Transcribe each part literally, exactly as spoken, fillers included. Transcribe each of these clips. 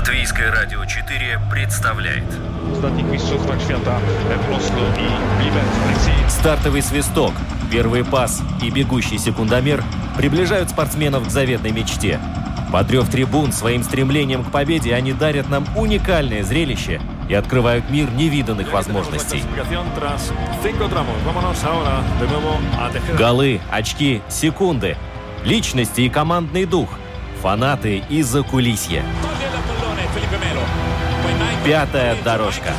Латвийское радио четыре представляет стартовый свисток, первый пас и бегущий секундомер приближают спортсменов к заветной мечте. Подрев трибун своим стремлением к победе, они дарят нам уникальное зрелище и открывают мир невиданных возможностей. Голы, очки, секунды, личности и командный дух, фанаты и закулисье. Пятая дорожка.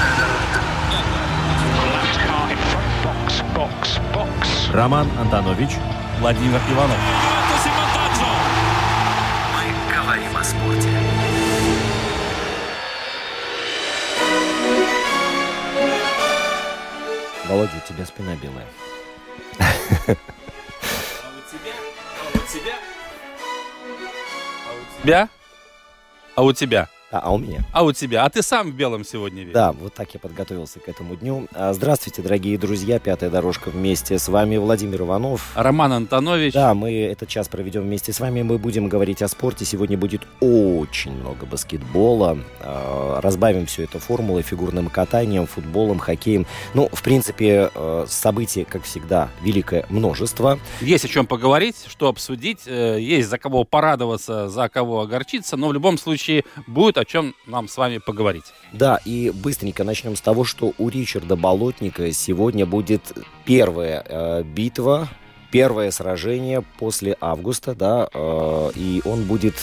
Роман Антонович, Владимир Иванов. Мы говорим о спорте. Володя, у тебя спина белая. А у тебя? А у тебя? А у тебя? А у тебя? А, а у меня. А у тебя? А ты сам в белом сегодня весь. Да, вот так я подготовился к этому дню. Здравствуйте, дорогие друзья. Пятая дорожка вместе с вами. Владимир Иванов. Роман Антонович. Да, мы этот час проведем вместе с вами. Мы будем говорить о спорте. Сегодня будет очень много баскетбола. Разбавим все это формулой, фигурным катанием, футболом, хоккеем. Ну, в принципе, событий, как всегда, великое множество. Есть о чем поговорить, что обсудить. Есть за кого порадоваться, за кого огорчиться. Но в любом случае будет о чем нам с вами поговорить. Да, и быстренько начнем с того, что у Ричарда Болотника сегодня будет первая э, битва, первое сражение после августа, да, э, и он будет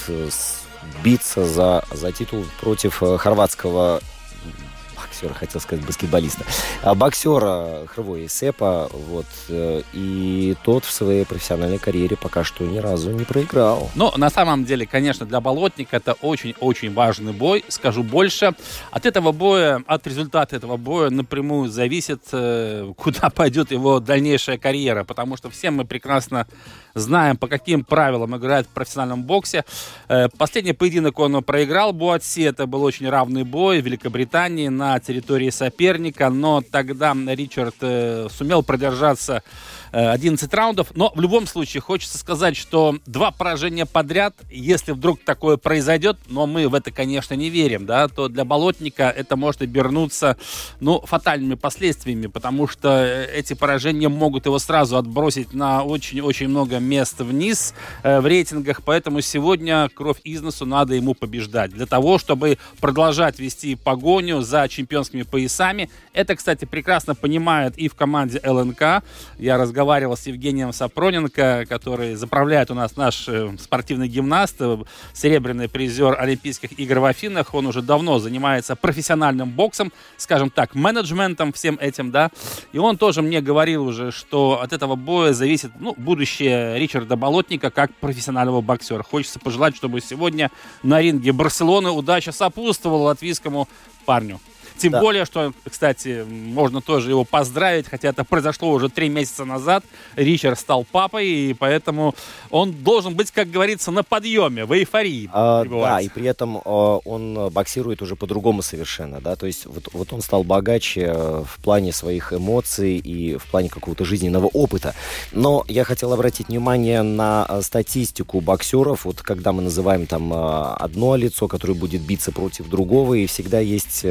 биться за, за титул против э, хорватского боксера, хотел сказать баскетболиста, а боксера Хрвоя Сепа, вот, э, и тот в своей профессиональной карьере пока что ни разу не проиграл. Но на самом деле, конечно, для Болотника это очень-очень важный бой. Скажу больше, от этого боя, от результата этого боя напрямую зависит, э, куда пойдет его дальнейшая карьера, потому что все мы прекрасно знаем, по каким правилам играют в профессиональном боксе. Э, последний поединок он проиграл Буатси, это был очень равный бой в Великобритании на территории соперника, но тогда Ричард э, сумел продержаться э, одиннадцать раундов. Но в любом случае хочется сказать, что два поражения подряд, если вдруг такое произойдет, но мы в это, конечно, не верим, да, то для Болотника это может обернуться, ну, фатальными последствиями, потому что эти поражения могут его сразу отбросить на очень-очень много мест вниз э, в рейтингах, поэтому сегодня кровь из носу надо ему побеждать. Для того, чтобы продолжать вести погоню за чемпионскими поясами. Это, кстати, прекрасно понимают и в команде эл эн ка. Я разговаривал с Евгением Сапроненко, который заправляет у нас наш э, спортивный гимнаст, э, серебряный призер Олимпийских игр в Афинах. Он уже давно занимается профессиональным боксом, скажем так, менеджментом всем этим, да. И он тоже мне говорил уже, что от этого боя зависит, ну, будущее Ричарда Болотника как профессионального боксера. Хочется пожелать, чтобы сегодня на ринге Барселоны удача сопутствовала латвийскому парню. Тем да. более, что, кстати, можно тоже его поздравить, хотя это произошло уже три месяца назад. Ричард стал папой, и поэтому он должен быть, как говорится, на подъеме, в эйфории. А, да, и при этом а, он боксирует уже по-другому совершенно, да, то есть вот, вот он стал богаче в плане своих эмоций и в плане какого-то жизненного опыта. Но я хотел обратить внимание на статистику боксеров, вот когда мы называем там одно лицо, которое будет биться против другого, и всегда есть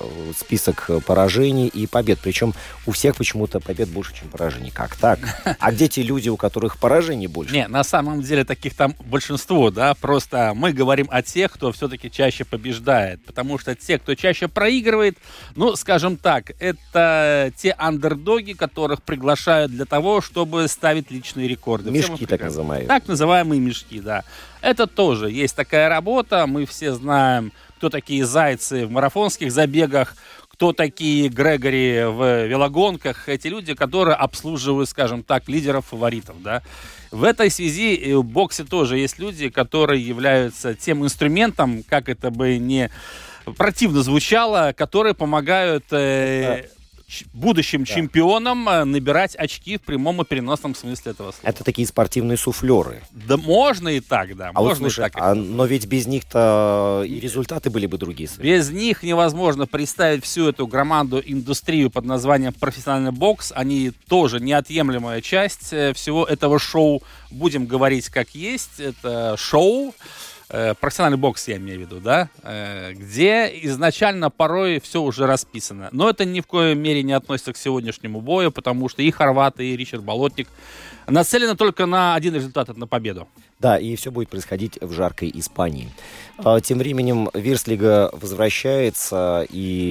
список поражений и побед. Причем у всех почему-то побед больше, чем поражений. Как так? А где те люди, у которых поражений больше? Не, на самом деле таких там большинство, да. Просто мы говорим о тех, кто все-таки чаще побеждает. Потому что те, кто чаще проигрывает, ну, скажем так, это те андердоги, которых приглашают для того, чтобы ставить личные рекорды. Мешки так называемые. Так называемые мешки, да. Это тоже есть такая работа. Мы все знаем, кто такие зайцы в марафонских забегах, кто такие Грегори в велогонках. Эти люди, которые обслуживают, скажем так, лидеров, фаворитов, да. В этой связи в боксе тоже есть люди, которые являются тем инструментом, как это бы не противно звучало, которые помогают э, будущим да. чемпионам набирать очки в прямом и переносном смысле этого слова. Это такие спортивные суфлеры. Да можно и так, да. А можно вот слушай, и так, а, но ведь без них-то и результаты были бы другие. Без них невозможно представить всю эту громадную индустрию под названием профессиональный бокс. Они тоже неотъемлемая часть всего этого шоу. Будем говорить как есть. Это шоу. э, профессиональный бокс, я имею в виду, да, э, где изначально порой все уже расписано. Но это ни в коей мере не относится к сегодняшнему бою, потому что и хорваты, и Ричард Болотник нацелены только на один результат, это на победу. Да, и все будет происходить в жаркой Испании. Тем временем Вирслига возвращается,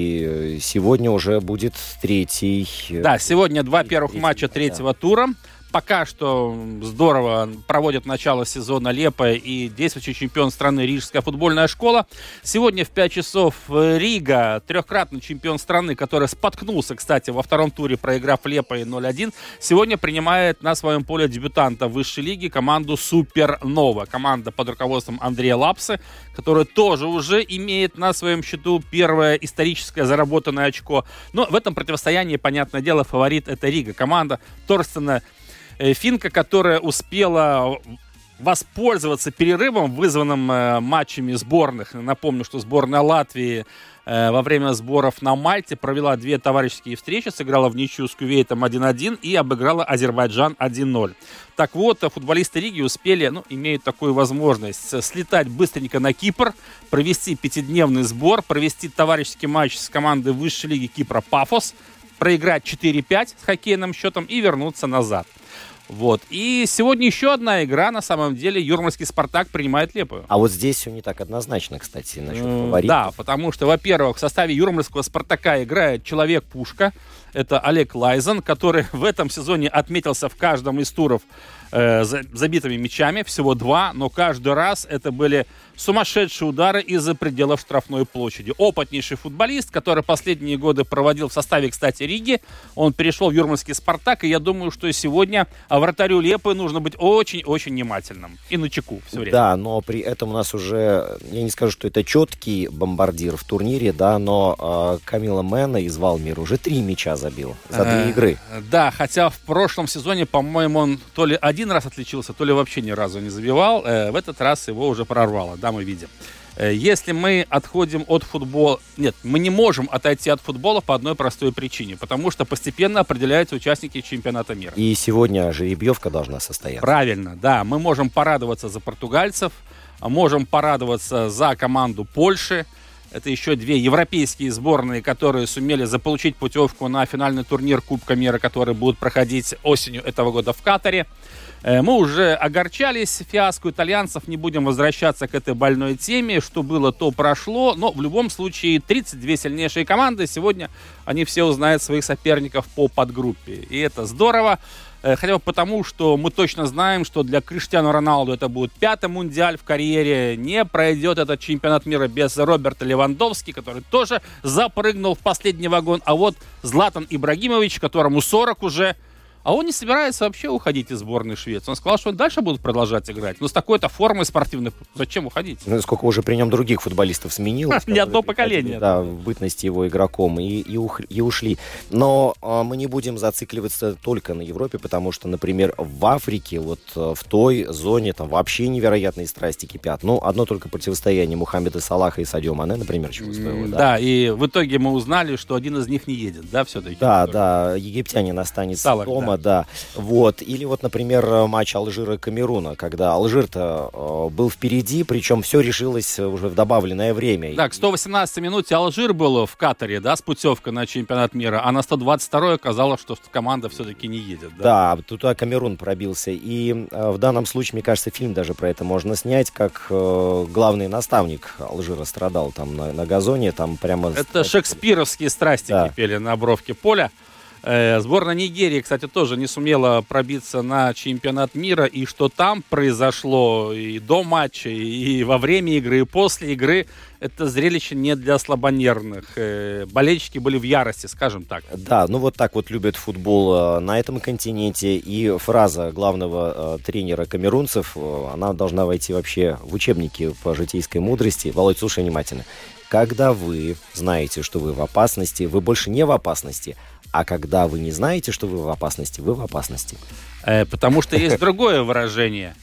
и сегодня уже будет третий... Да, сегодня два первых третий, матча третьего да. тура. Пока что здорово проводят начало сезона Лепо и действующий чемпион страны Рижская футбольная школа. Сегодня в пять часов Рига, трехкратный чемпион страны, который споткнулся, кстати, во втором туре, проиграв Лепо ноль один, сегодня принимает на своем поле дебютанта высшей лиги команду Супернова. Команда под руководством Андрея Лапсы, которая тоже уже имеет на своем счету первое историческое заработанное очко. Но в этом противостоянии, понятное дело, фаворит это Рига. Команда Торстена Финка, которая успела воспользоваться перерывом, вызванным э, матчами сборных. Напомню, что сборная Латвии э, во время сборов на Мальте провела две товарищеские встречи, сыграла в ничью с Кувейтом один один и обыграла Азербайджан один ноль. Так вот, футболисты Риги успели, ну, имеют такую возможность, слетать быстренько на Кипр, провести пятидневный сбор, провести товарищеский матч с командой высшей лиги Кипра «Пафос», проиграть четыре пять с хоккейным счетом и вернуться назад. Вот. И сегодня еще одна игра, на самом деле, Юрмальский «Спартак» принимает Лепою. А вот здесь все не так однозначно, кстати, насчет фаворитов. Да, потому что, во-первых, в составе Юрмальского «Спартака» играет человек-пушка. Это Олег Лайзен, который в этом сезоне отметился в каждом из туров э, забитыми мячами, всего два, но каждый раз это были сумасшедшие удары из-за пределов штрафной площади. Опытнейший футболист, который последние годы проводил в составе, кстати, Риги. Он перешел в Юрмальский «Спартак», и я думаю, что сегодня вратарю Лепы нужно быть очень-очень внимательным и начеку все время. Да, но при этом у нас уже, я не скажу, что это четкий бомбардир в турнире, да, но э, Камила Мэна из Валмира уже три мяча забил за две игры. Да, хотя в прошлом сезоне, по-моему, он то ли один раз отличился, то ли вообще ни разу не забивал. В этот раз его уже прорвало, да, мы видим. Если мы отходим от футбола... Нет, мы не можем отойти от футбола по одной простой причине, потому что постепенно определяются участники чемпионата мира. И сегодня жеребьевка должна состояться. Правильно, да. Мы можем порадоваться за португальцев, можем порадоваться за команду Польши. Это еще две европейские сборные, которые сумели заполучить путевку на финальный турнир Кубка мира, который будет проходить осенью этого года в Катаре. Мы уже огорчались фиаско итальянцев, не будем возвращаться к этой больной теме. Что было, то прошло. Но в любом случае тридцать две сильнейшие команды. Сегодня они все узнают своих соперников по подгруппе. И это здорово. Хотя бы потому, что мы точно знаем, что для Криштиану Роналду это будет пятый мундиаль в карьере. Не пройдет этот чемпионат мира без Роберта Левандовски, который тоже запрыгнул в последний вагон. А вот Златан Ибрагимович, которому сорок уже, а он не собирается вообще уходить из сборной Швеции. Он сказал, что он дальше будет продолжать играть. Но с такой-то формой спортивной зачем уходить? Ну, сколько уже при нем других футболистов сменилось. Не одно поколение. Да, в бытности его игроком, и, и, ух, и ушли. Но а, мы не будем зацикливаться только на Европе, потому что, например, в Африке, вот в той зоне, там вообще невероятные страсти кипят. Ну, одно только противостояние Мухаммеда Салаха и Садио Мане, например, чего стоило. Mm, да. да, и в итоге мы узнали, что один из них не едет, да, все-таки? Да, да, египтянин останется Салах, дома, да. Да, вот. Или вот, например, матч Алжира и Камеруна, когда Алжир-то э, был впереди, причем все решилось уже в добавленное время. Да, к сто восемнадцатой минуте Алжир был в Катаре, да, с путевкой на чемпионат мира, а на сто двадцать второй оказалось, что команда все-таки не едет. Да, да, туда Камерун пробился. И э, в данном случае, мне кажется, фильм даже про это можно снять, как э, главный наставник Алжира страдал там на, на газоне, там прямо... Это шекспировские страсти да. кипели на бровке поля. Сборная Нигерии, кстати, тоже не сумела пробиться на чемпионат мира. И что там произошло и до матча, и во время игры, и после игры, это зрелище не для слабонервных. Болельщики были в ярости, скажем так. Да, ну вот так вот любят футбол на этом континенте. И фраза главного тренера камерунцев, она должна войти вообще в учебники по житейской мудрости. Володь, слушай внимательно. Когда вы знаете, что вы в опасности, вы больше не в опасности. А когда вы не знаете, что вы в опасности, вы в опасности. Э, потому что есть другое выражение.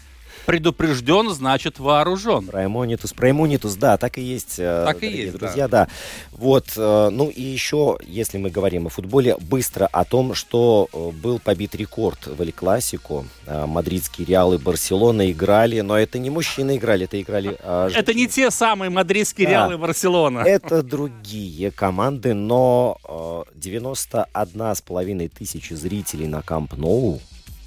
Предупрежден, значит вооружен. Праемонитус, праемонитус, да, так и есть, так и есть, друзья, да. да. Вот, ну и еще, если мы говорим о футболе, быстро о том, что был побит рекорд в Эль Классико. Мадридский Реал и Барселона играли, но это не мужчины играли, это играли... А, это не те самые мадридские да, Реал и Барселона. Это другие команды, но девяносто одна с половиной тысячи зрителей на Камп Ноу.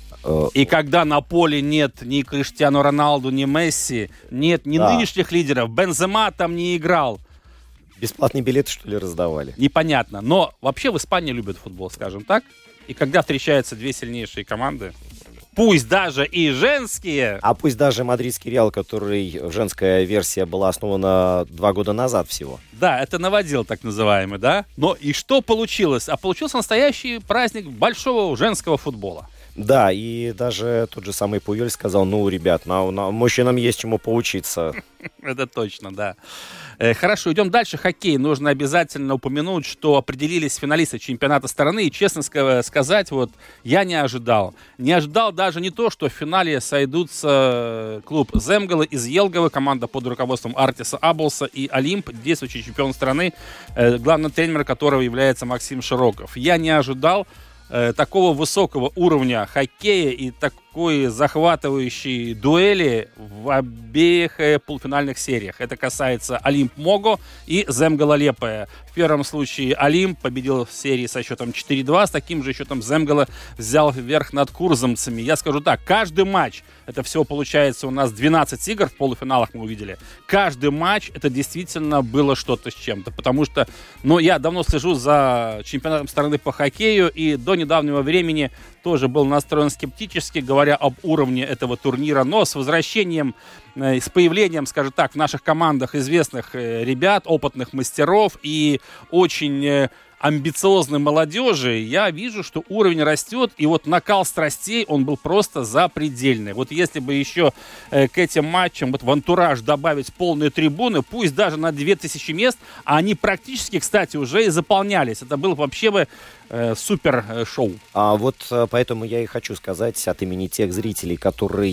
И когда на поле нет ни Криштиану Роналду, ни Месси, нет ни да. нынешних лидеров, Бензема там не играл. Бесплатные билеты, что ли, раздавали? Непонятно. Но вообще в Испании любят футбол, скажем так. И когда встречаются две сильнейшие команды, пусть даже и женские... А пусть даже мадридский Реал, который женская версия была основана два года назад всего. Да, это новодел так называемый, да? Но и что получилось? А получился настоящий праздник большого женского футбола. Да, и даже тот же самый Пуэль сказал, ну, ребят, на, на, мужчинам есть чему поучиться. Это точно, да. Хорошо, идем дальше. Хоккей. Нужно обязательно упомянуть, что определились финалисты чемпионата страны. И, честно сказать, вот я не ожидал. Не ожидал даже не то, что в финале сойдутся клуб Земгалы из Елговы, команда под руководством Артиса Аблса, и Олимп, действующий чемпион страны, главный тренер которого является Максим Широков. Я не ожидал такого высокого уровня хоккея и такой захватывающей дуэли в обеих полуфинальных сериях. Это касается Олимп Мого и Земгала Лепая. В первом случае Олимп победил в серии со счетом четыре-два, с таким же счетом Земгала взял верх над курзамцами. Я скажу так, каждый матч, это всего получается у нас двенадцать игр, в полуфиналах мы увидели, каждый матч это действительно было что-то с чем-то, потому что, ну, я давно слежу за чемпионатом страны по хоккею и до недавнего времени тоже был настроен скептически, говоря об уровне этого турнира, но с возвращением, э, с появлением, скажем так, в наших командах известных э, ребят, опытных мастеров и очень э, амбициозной молодежи, я вижу, что уровень растет, и вот накал страстей, он был просто запредельный. Вот если бы еще э, к этим матчам вот в антураж добавить полные трибуны, пусть даже на две тысячи мест, а они практически, кстати, уже и заполнялись. Это было вообще бы э, супер э, шоу. А вот э, поэтому я и хочу сказать от имени тех зрителей, которые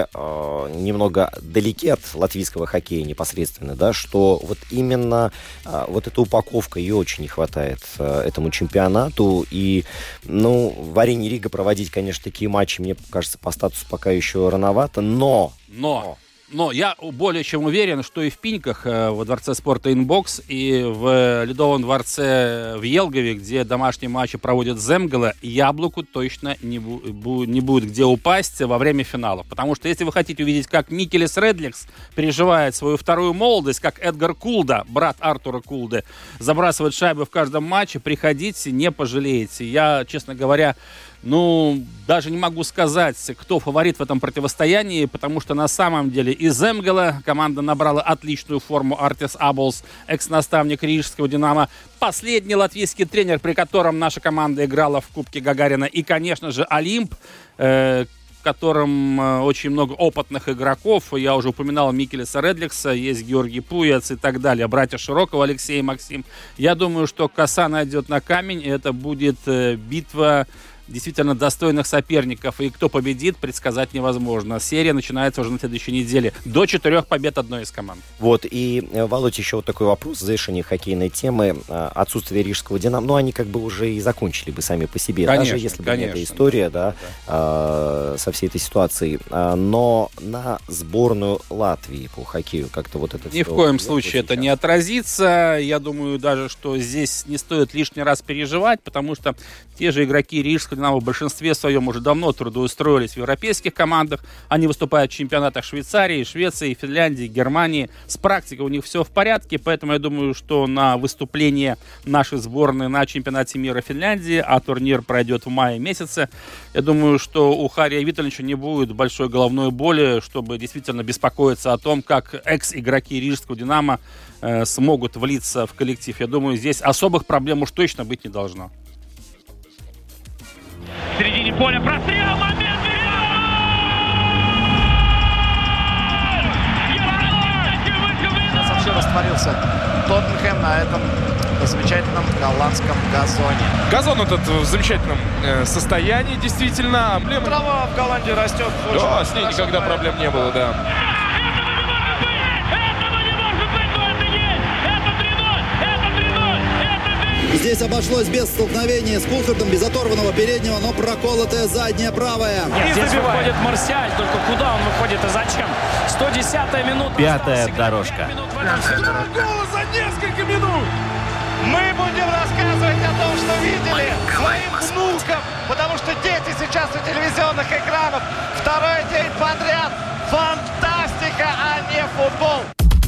э, немного далеки от латвийского хоккея непосредственно, да, что вот именно э, вот эта упаковка, ее очень не хватает этому чемпионату. И, ну, в Арене Рига проводить, конечно, такие матчи, мне кажется, по статусу пока еще рановато, но... Но... Но я более чем уверен, что и в Пиньках, во Дворце спорта Инбокс, и в Ледовом дворце в Елгове, где домашние матчи проводят Земгала, Яблоку точно не, бу- не будет где упасть во время финала. Потому что если вы хотите увидеть, как Микелес Редликс переживает свою вторую молодость, как Эдгар Кулда, брат Артура Кулды, забрасывает шайбы в каждом матче, приходите, не пожалеете. Я, честно говоря, ну, даже не могу сказать, кто фаворит в этом противостоянии, потому что на самом деле из Земгала команда набрала отличную форму. Артис Аблс, экс-наставник рижского «Динамо», последний латвийский тренер, при котором наша команда играла в Кубке Гагарина, и, конечно же, Олимп, э, в котором э, очень много опытных игроков. Я уже упоминал Микелеса Редликса, есть Георгий Пуяц и так далее, братья Широкова, Алексей и Максим. Я думаю, что коса найдет на камень, и это будет э, битва действительно достойных соперников. И кто победит, предсказать невозможно. Серия начинается уже на следующей неделе. До четырех побед одной из команд. Вот, и, Володь, еще вот такой вопрос в завершении хоккейной темы. Отсутствие рижского «Динамо», ну, они как бы уже и закончили бы сами по себе. Конечно, даже если бы конечно, не эта история, да, да, да. А, со всей этой ситуацией. А, но на сборную Латвии по хоккею как-то вот это... Ни в коем случае это не отразится. Я думаю даже, что здесь не стоит лишний раз переживать, потому что те же игроки рижского «Динамо» в большинстве своем уже давно трудоустроились в европейских командах. Они выступают в чемпионатах Швейцарии, Швеции, Финляндии, Германии. С практикой у них все в порядке, поэтому я думаю, что на выступление нашей сборной на чемпионате мира Финляндии, а турнир пройдет в мае месяце, я думаю, что у Хария Витальевича не будет большой головной боли, чтобы действительно беспокоиться о том, как экс-игроки рижского «Динамо» э, смогут влиться в коллектив. Я думаю, здесь особых проблем уж точно быть не должно. В середине поля прострел, момент! Сейчас вообще растворился Тоттенхэм на этом замечательном голландском газоне. Газон этот в замечательном э, состоянии, действительно. Эмблема... Трава в Голландии растет. Да, с ней никогда проблем не было, да. Здесь обошлось без столкновения с Кулхардом, без оторванного переднего, но проколотая задняя правая. Нет, здесь выходит Марсиаль, только куда он выходит и зачем? сто десятая минута. Пятая дорожка. Гола за несколько минут! Мы будем рассказывать о том, что видели своим внукам, потому что дети сейчас у телевизионных экранов. Второй день подряд. Фантастика, а не футбол.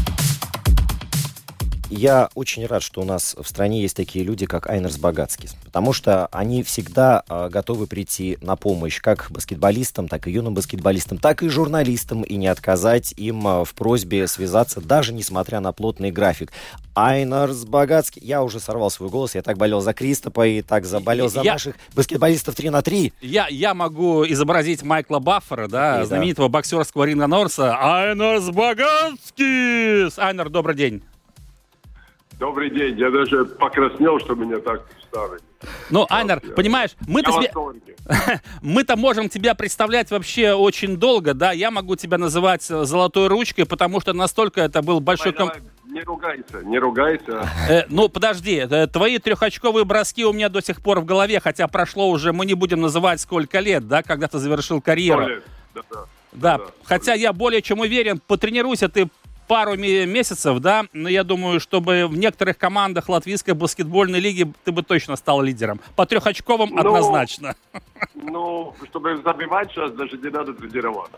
Я очень рад, что у нас в стране есть такие люди, как Айнерс Багацкис, потому что они всегда э, готовы прийти на помощь как баскетболистам, так и юным баскетболистам, так и журналистам, и не отказать им э, в просьбе связаться, даже несмотря на плотный график. Айнерс Багацкис, я уже сорвал свой голос, я так болел за Кристопа и так заболел за я... наших баскетболистов три на три. Я, я могу изобразить Майкла Баффера, да, и, знаменитого да. боксерского ринга Норса. Айнерс Багацкис! Айнер, добрый день. Добрый день. Я даже покраснел, что меня так ставят. Ну, Айнер, я... понимаешь, мы-то, себе... мы-то можем тебя представлять вообще очень долго, да? Я могу тебя называть золотой ручкой, потому что настолько это был большой... Давай, давай. Не ругайся, не ругайся. Э, ну, подожди, э, твои трехочковые броски у меня до сих пор в голове, хотя прошло уже, мы не будем называть сколько лет, да, когда ты завершил карьеру. Лет. Да, да. Да, да, хотя я более чем уверен, потренируйся ты пару месяцев, да, но я думаю, чтобы в некоторых командах латвийской баскетбольной лиги ты бы точно стал лидером. По трехочковым ну, однозначно. Ну, чтобы забивать сейчас, даже не надо тренироваться.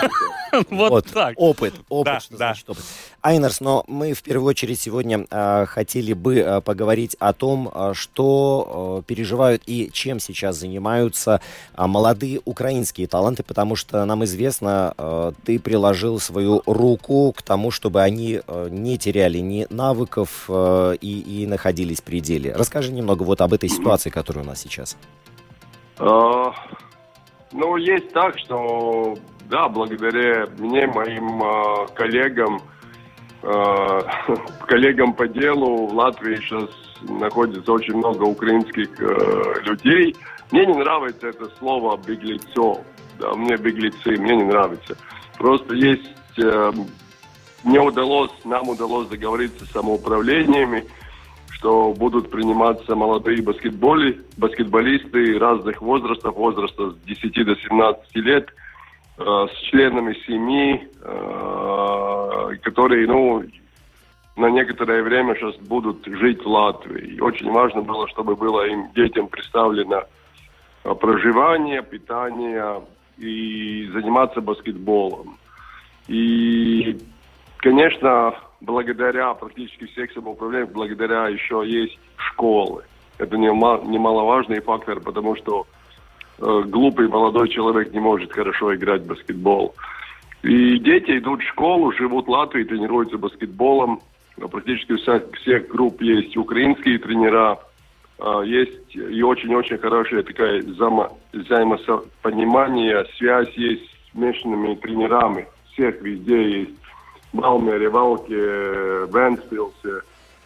Вот так. Опыт, опыт, что значит опыт. Айнерс, но мы в первую очередь сегодня э, хотели бы э, поговорить о том, э, что э, переживают и чем сейчас занимаются э, молодые украинские таланты, потому что нам известно, э, ты приложил свою руку к тому, чтобы они э, не теряли ни навыков э, и, и находились в пределе. Расскажи немного вот об этой ситуации, которая у нас сейчас. Uh, ну, есть так, что, да, благодаря мне, моим uh, коллегам, uh, коллегам по делу в Латвии сейчас находится очень много украинских uh, людей. Мне не нравится это слово «беглецов». Да, мне беглецы, мне не нравится. Просто есть... Uh, мне удалось, нам удалось договориться с самоуправлениями, что будут приниматься молодые баскетболи, баскетболисты разных возрастов, возраста с десяти до семнадцати лет, э, с членами семьи, э, которые, ну, на некоторое время сейчас будут жить в Латвии. И очень важно было, чтобы было им, детям представлено э, проживание, питание и заниматься баскетболом. И, конечно, благодаря практически всех самоуправлениям, благодаря еще есть школы. Это немаловажный фактор, потому что э, глупый молодой человек не может хорошо играть в баскетбол. И дети идут в школу, живут в Латвии, тренируются баскетболом. Практически у всех, всех групп есть украинские тренера. Э, есть и очень-очень хорошая такая взаимо, взаимопонимание, связь есть с местными тренерами. Всех везде есть. В Малмере, Валке, Венспилсе.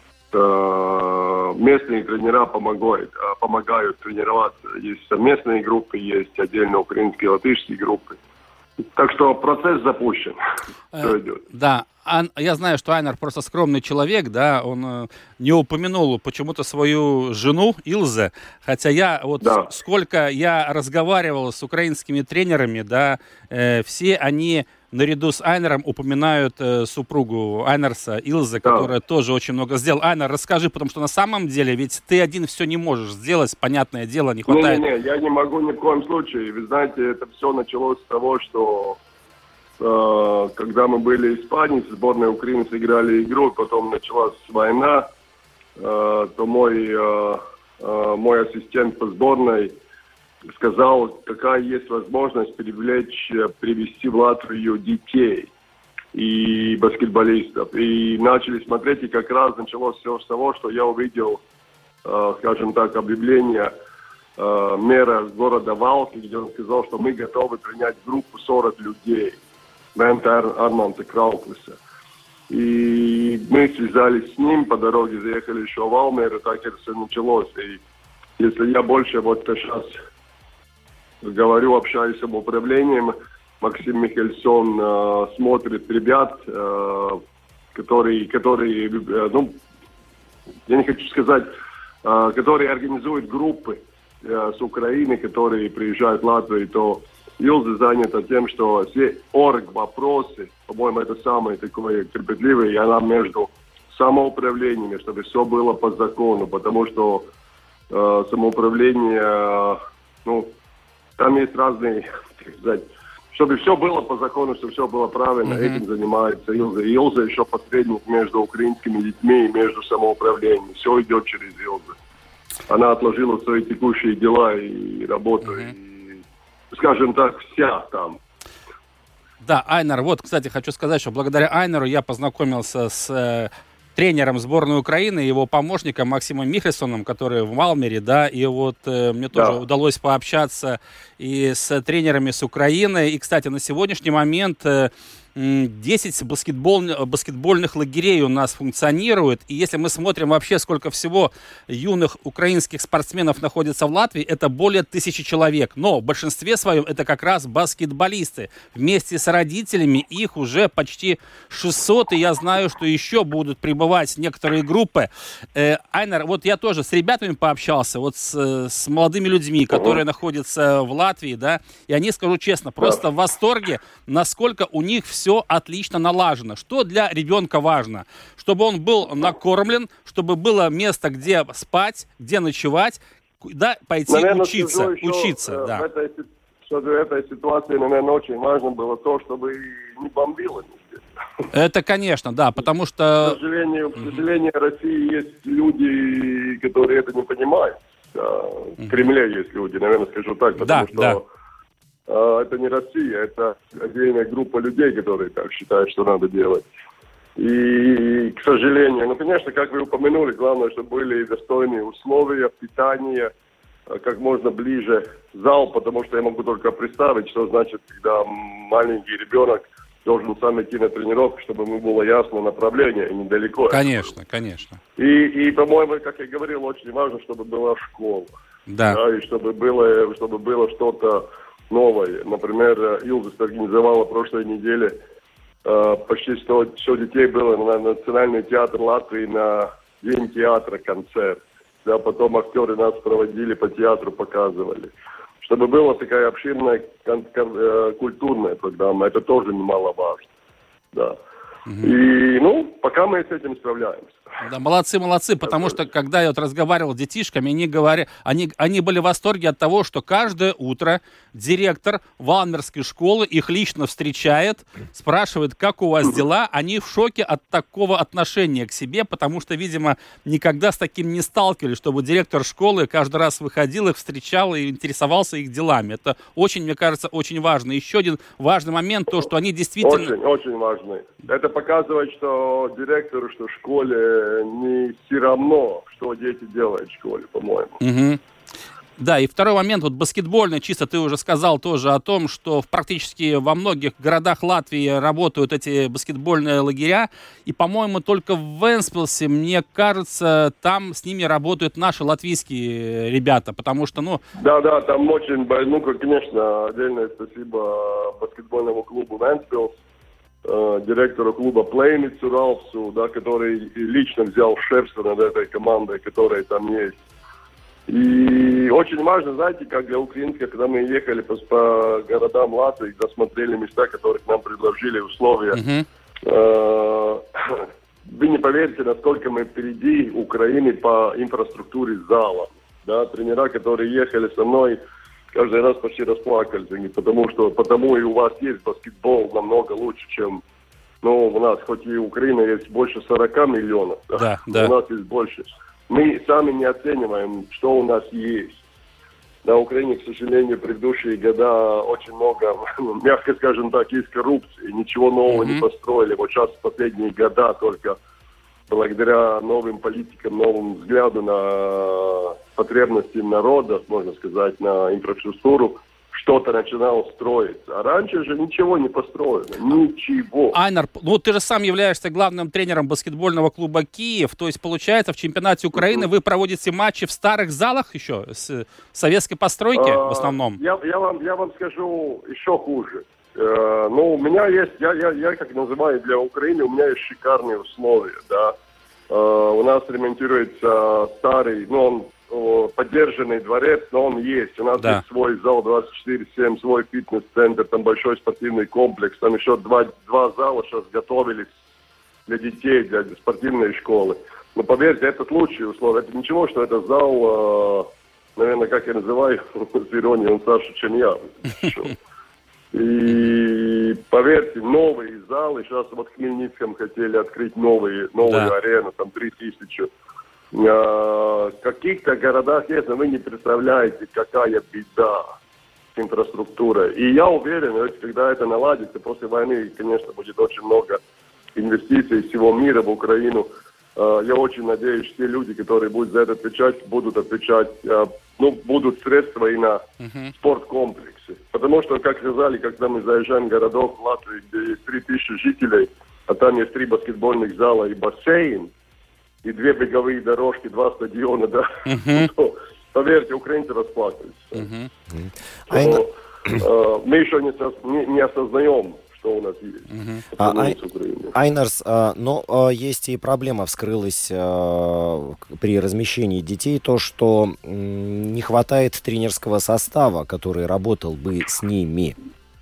Местные тренера помогают, помогают тренироваться. Есть совместные группы, есть отдельно украинские, латышские группы. Так что процесс запущен. Все идет. Да, я знаю, что Айнер просто скромный человек, да, он не упомянул почему-то свою жену Илзе, хотя я вот да. сколько я разговаривал с украинскими тренерами, да, э, все они наряду с Айнером упоминают э, супругу Айнерса, Илзе, да. которая тоже очень много сделала. Айнер, расскажи, потому что на самом деле ведь ты один все не можешь сделать, понятное дело, не хватает. Не-не-не, я не могу ни в коем случае. Вы знаете, это все началось с того, что э, когда мы были в Испании, сборная Украины сыграли игру, потом началась война, э, то мой, э, э, мой ассистент по сборной сказал, какая есть возможность привлечь, привести в Латвию детей и баскетболистов. И начали смотреть, и как раз началось все с того, что я увидел, э, скажем так, объявление э, мэра города Валки, где он сказал, что мы готовы принять группу сорок людей. Вента Арманта Крауклиса. И мы связались с ним, по дороге заехали еще в Алмер, и так это все началось. И если я больше вот сейчас говорю, общаюсь с управлением, Максим Михельсон э, смотрит ребят, э, которые, которые э, ну, я не хочу сказать, э, которые организуют группы э, с Украины, которые приезжают в Латвию, то Илза занята тем, что все орг-вопросы, по-моему, это самое такое терпеливое, и она между самоуправлениями, чтобы все было по закону, потому что э, самоуправление, э, ну, там есть разные, так сказать, чтобы все было по закону, чтобы все было правильно, mm-hmm. этим занимается Илза. И Илза еще посредник между украинскими детьми и между самоуправлением. Все идет через Илзу. Она отложила свои текущие дела и работу, mm-hmm. и, скажем так, вся там. Да, Айнер, вот, кстати, хочу сказать, что благодаря Айнеру я познакомился с э, тренером сборной Украины, его помощником Максимом Михельсоном, который в Малмере, да, и вот э, мне тоже да. удалось пообщаться и с тренерами с Украины, и, кстати, на сегодняшний момент э, десять баскетбол, баскетбольных лагерей у нас функционирует. И если мы смотрим вообще, сколько всего юных украинских спортсменов находится в Латвии, это более тысячи человек. Но в большинстве своем это как раз баскетболисты. Вместе с родителями их уже почти шестьсот. И я знаю, что еще будут прибывать некоторые группы. Э, Айнер, вот я тоже с ребятами пообщался, вот с, с молодыми людьми, которые uh-huh. находятся в Латвии, да, и они, скажу честно, просто yeah. в восторге, насколько у них все все отлично налажено. Что для ребенка важно? Чтобы он был накормлен, чтобы было место, где спать, где ночевать, да, пойти наверное, учиться. учиться еще, да. в, этой, в этой ситуации, наверное, очень важно было то, чтобы не бомбило нигде. Это, конечно, да, потому что... К сожалению, к сожалению, в России есть люди, которые это не понимают. Да, в Кремле есть люди, наверное, скажу так, потому да, что... Да. Это не Россия, это отдельная группа людей, которые так считают, что надо делать. И, к сожалению, ну, конечно, как вы упомянули, главное, чтобы были достойные условия, питание, как можно ближе зал, потому что я могу только представить, что значит, когда маленький ребенок должен сам идти на тренировку, чтобы ему было ясно направление, и недалеко. Конечно, конечно. И, и, по-моему, как я говорил, очень важно, чтобы была школа. Да. Да, и чтобы было, чтобы было что-то новое. Например, Илза организовала в прошлой неделе э, почти сто, сто детей было на Национальный театр Латвии на День театра концерт. Да, потом актеры нас проводили по театру, показывали. Чтобы была такая обширная кон- кон- э, культурная программа, это тоже немаловажно. Да. Угу. И, ну, пока мы с этим справляемся. Да, молодцы, молодцы, потому что, когда я вот разговаривал с детишками, они, говорили, они, они были в восторге от того, что каждое утро директор Валмерской школы их лично встречает, спрашивает, как у вас дела. Они в шоке от такого отношения к себе, потому что, видимо, никогда с таким не сталкивались, чтобы директор школы каждый раз выходил, их встречал и интересовался их делами. Это очень, мне кажется, очень важно. Еще один важный момент, то, что они действительно... Очень, очень важный. Это показывает, что директору, что школе не все равно, что дети делают в школе, по-моему. Угу. Да, и второй момент, вот баскетбольный, чисто ты уже сказал тоже о том, что практически во многих городах Латвии работают эти баскетбольные лагеря, и, по-моему, только в Вентспилсе, мне кажется, там с ними работают наши латвийские ребята, потому что, ну... Да-да, там очень, ну, конечно, отдельное спасибо баскетбольному клубу Вентспилс, директору клуба Плейницу Ралфсу, да, который лично взял шефство над этой командой, которая там есть. И очень важно, знаете, как для украинских, когда мы ехали по, по городам Латвии, досмотрели места, которые нам предложили условия, uh-huh. э, вы не поверите, насколько мы впереди Украины по инфраструктуре зала. Да, тренера, которые ехали со мной, каждый раз почти расплакались, потому что потому и у вас есть баскетбол намного лучше, чем, ну, у нас, хоть и Украина есть больше сорок миллионов, да, да, да. у нас есть больше. Мы сами не оцениваем, что у нас есть. На Украине, к сожалению, в предыдущие года очень много, мягко скажем так, есть коррупции, ничего нового mm-hmm. не построили. Вот сейчас в последние года только благодаря новым политикам, новому взгляду на потребности народа, можно сказать, на инфраструктуру, что-то начинало строиться. А раньше же ничего не построено. Ничего. Айнар, ну ты же сам являешься главным тренером баскетбольного клуба «Киев». То есть, получается, в чемпионате Украины вы проводите матчи в старых залах еще, с советской постройки а, в основном? Я, я, вам, я вам скажу еще хуже. Э, ну, у меня есть, я, я, я как называю, для Украины, у меня есть шикарные условия, да. Э, у нас ремонтируется старый, ну, он поддержанный дворец, но он есть. У нас да. есть свой зал двадцать четыре семь, свой фитнес-центр, там большой спортивный комплекс, там еще два, два зала сейчас готовились для детей, для спортивной школы. Но поверьте, это лучшие условия. Это ничего, что это зал, наверное, как я называю, с иронией, он старше, чем я. И поверьте, новые залы, сейчас вот в Хмельницком хотели открыть новые, новую да. арену, там три тысячи. В каких-то городах есть, но вы не представляете, какая беда с инфраструктурой. И я уверен, когда это наладится, после войны, конечно, будет очень много инвестиций из всего мира в Украину. Я очень надеюсь, что те люди, которые будут за это отвечать, будут отвечать, ну, будут средства и на uh-huh. спорткомплексы. Потому что, как сказали, когда мы заезжаем в городок в Латвии, где есть три тысячи жителей, а там есть три баскетбольных зала и бассейн, и две беговые дорожки, два стадиона, да, uh-huh. то, поверьте, украинцы расплакаются. Uh-huh. Uh-huh. Uh, мы еще не, не, не осознаем, что у нас есть. Uh-huh. А, Ай... Айнарс, а, но а, есть и проблема вскрылась а, при размещении детей, то, что м, не хватает тренерского состава, который работал бы с ними.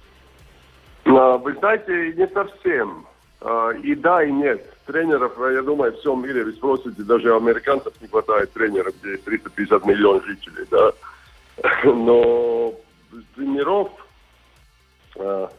Uh, вы знаете, не совсем. Uh, и да, и нет. Тренеров, я думаю, в всем мире, вы спросите, даже американцев не хватает тренеров, где триста пятьдесят миллионов жителей, да. Но тренеров, а,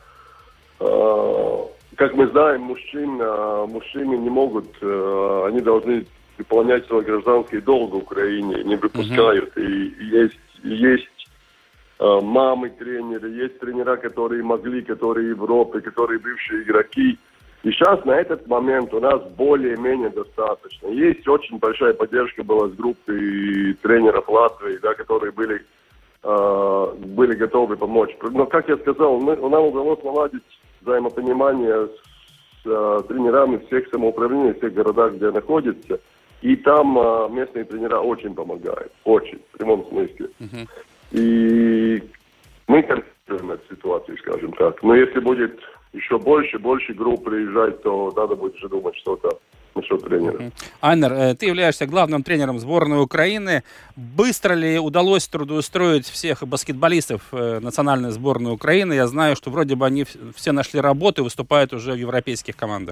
а, как мы знаем, мужчин, а, мужчины не могут, а, они должны выполнять свой гражданский долг в Украине, не выпускают. Uh-huh. И, и есть, и есть а, мамы-тренеры, есть тренера, которые могли, которые в Европе, которые бывшие игроки. И сейчас на этот момент у нас более-менее достаточно. Есть очень большая поддержка была с группы тренеров Латвии, да, которые были, э, были готовы помочь. Но, как я сказал, мы, нам удалось наладить взаимопонимание с э, тренерами всех самоуправлений, всех городах, где находятся. И там э, местные тренера очень помогают. Очень, в прямом смысле. Uh-huh. И мы контролируем эту ситуацию, скажем так. Но если будет еще больше, больше групп приезжать, то надо будет уже думать что-то насчет тренера. Uh-huh. Айнар, ты являешься главным тренером сборной Украины. Быстро ли удалось трудоустроить всех баскетболистов национальной сборной Украины? Я знаю, что вроде бы они все нашли работу и выступают уже в европейских командах.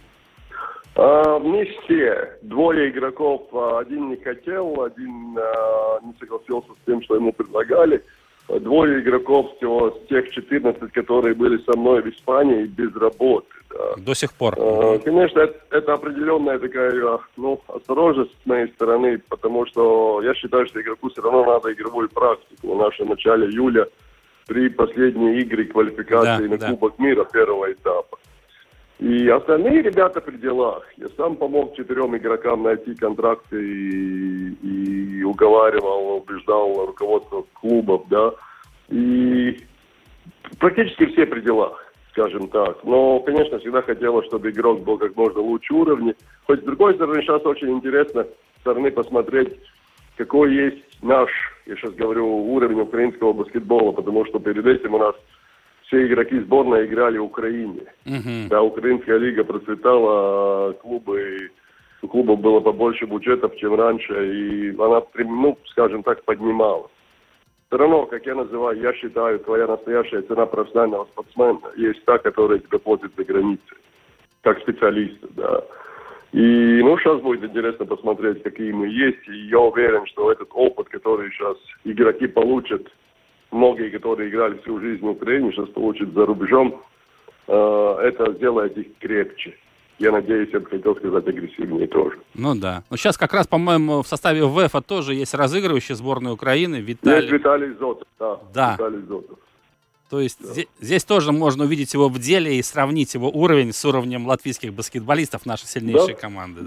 А, не все. Двое игроков. Один не хотел, один а, не согласился с тем, что ему предлагали. Двое игроков всего с тех четырнадцати, которые были со мной в Испании, без работы. Да. До сих пор. А, конечно, это, это определенная такая, ну, осторожность с моей стороны, потому что я считаю, что игроку все равно надо игровую практику. У нас в начале июля три последние игры квалификации да, на да. Кубок мира первого этапа. И остальные ребята при делах. Я сам помог четырем игрокам найти контракты и, и уговаривал, убеждал руководство клубов, да. И практически все при делах, скажем так. Но, конечно, всегда хотелось, чтобы игрок был как можно лучше уровня. Хоть с другой стороны, сейчас очень интересно со стороны посмотреть, какой есть наш, я сейчас говорю, уровень украинского баскетбола, потому что перед этим у нас все игроки сборной играли в Украине. Uh-huh. Да, украинская лига процветала, клубы, у клубов было побольше бюджетов, чем раньше, и она, ну, скажем так, поднималась. Все равно, как я называю, я считаю, твоя настоящая цена профессионального спортсмена есть та, которая тебе платит за границей, как специалиста, да. И, ну, сейчас будет интересно посмотреть, какие мы есть, и я уверен, что этот опыт, который сейчас игроки получат, многие, которые играли всю жизнь в Украине, сейчас получат за рубежом, э, это сделает их крепче. Я надеюсь, я бы хотел сказать, агрессивнее тоже. Ну да. Но сейчас как раз, по-моему, в составе ВЭФа тоже есть разыгрывающий сборную Украины. Виталий... Есть Виталий Зотов, да. да. Виталий Зотов. То есть да. здесь, здесь тоже можно увидеть его в деле и сравнить его уровень с уровнем латвийских баскетболистов нашей сильнейшей да. команды. Да.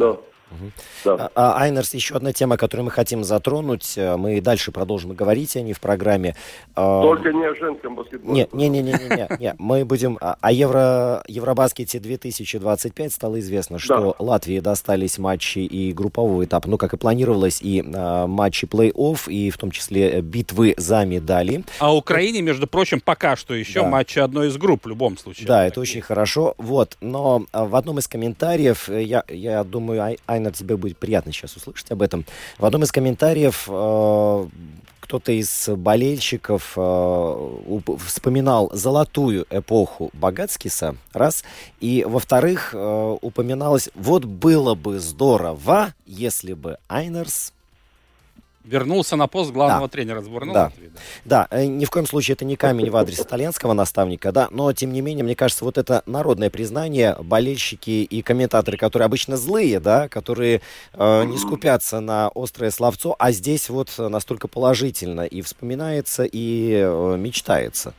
Угу. Да. А, Айнерс, еще одна тема, которую мы хотим затронуть. Мы дальше продолжим говорить о ней в программе. Только не о женском баскетболе. Не, не, не, не, не, не. Мы будем о Евро, Евробаскете две тысячи двадцать пять. Стало известно, что да. Латвии достались матчи и группового этапа, ну, как и планировалось, и а, матчи плей-офф, и в том числе битвы за медали. А Украине, между прочим, пока что еще да. матчи одной из групп в любом случае. Да, это очень хорошо. Вот, но в одном из комментариев, я, я думаю, Ай, Айнер, тебе будет приятно сейчас услышать об этом. В одном из комментариев э, кто-то из болельщиков э, уп- вспоминал золотую эпоху Багацкиса, раз, и, во-вторых, э, упоминалось, вот было бы здорово, если бы Айнерс вернулся на пост главного да. тренера сборной да. Латвии. Да. да, ни в коем случае это не камень в адрес итальянского наставника, да, но, тем не менее, мне кажется, вот это народное признание, болельщики и комментаторы, которые обычно злые, да, которые э, не скупятся на острое словцо, а здесь вот настолько положительно и вспоминается, и э, мечтается.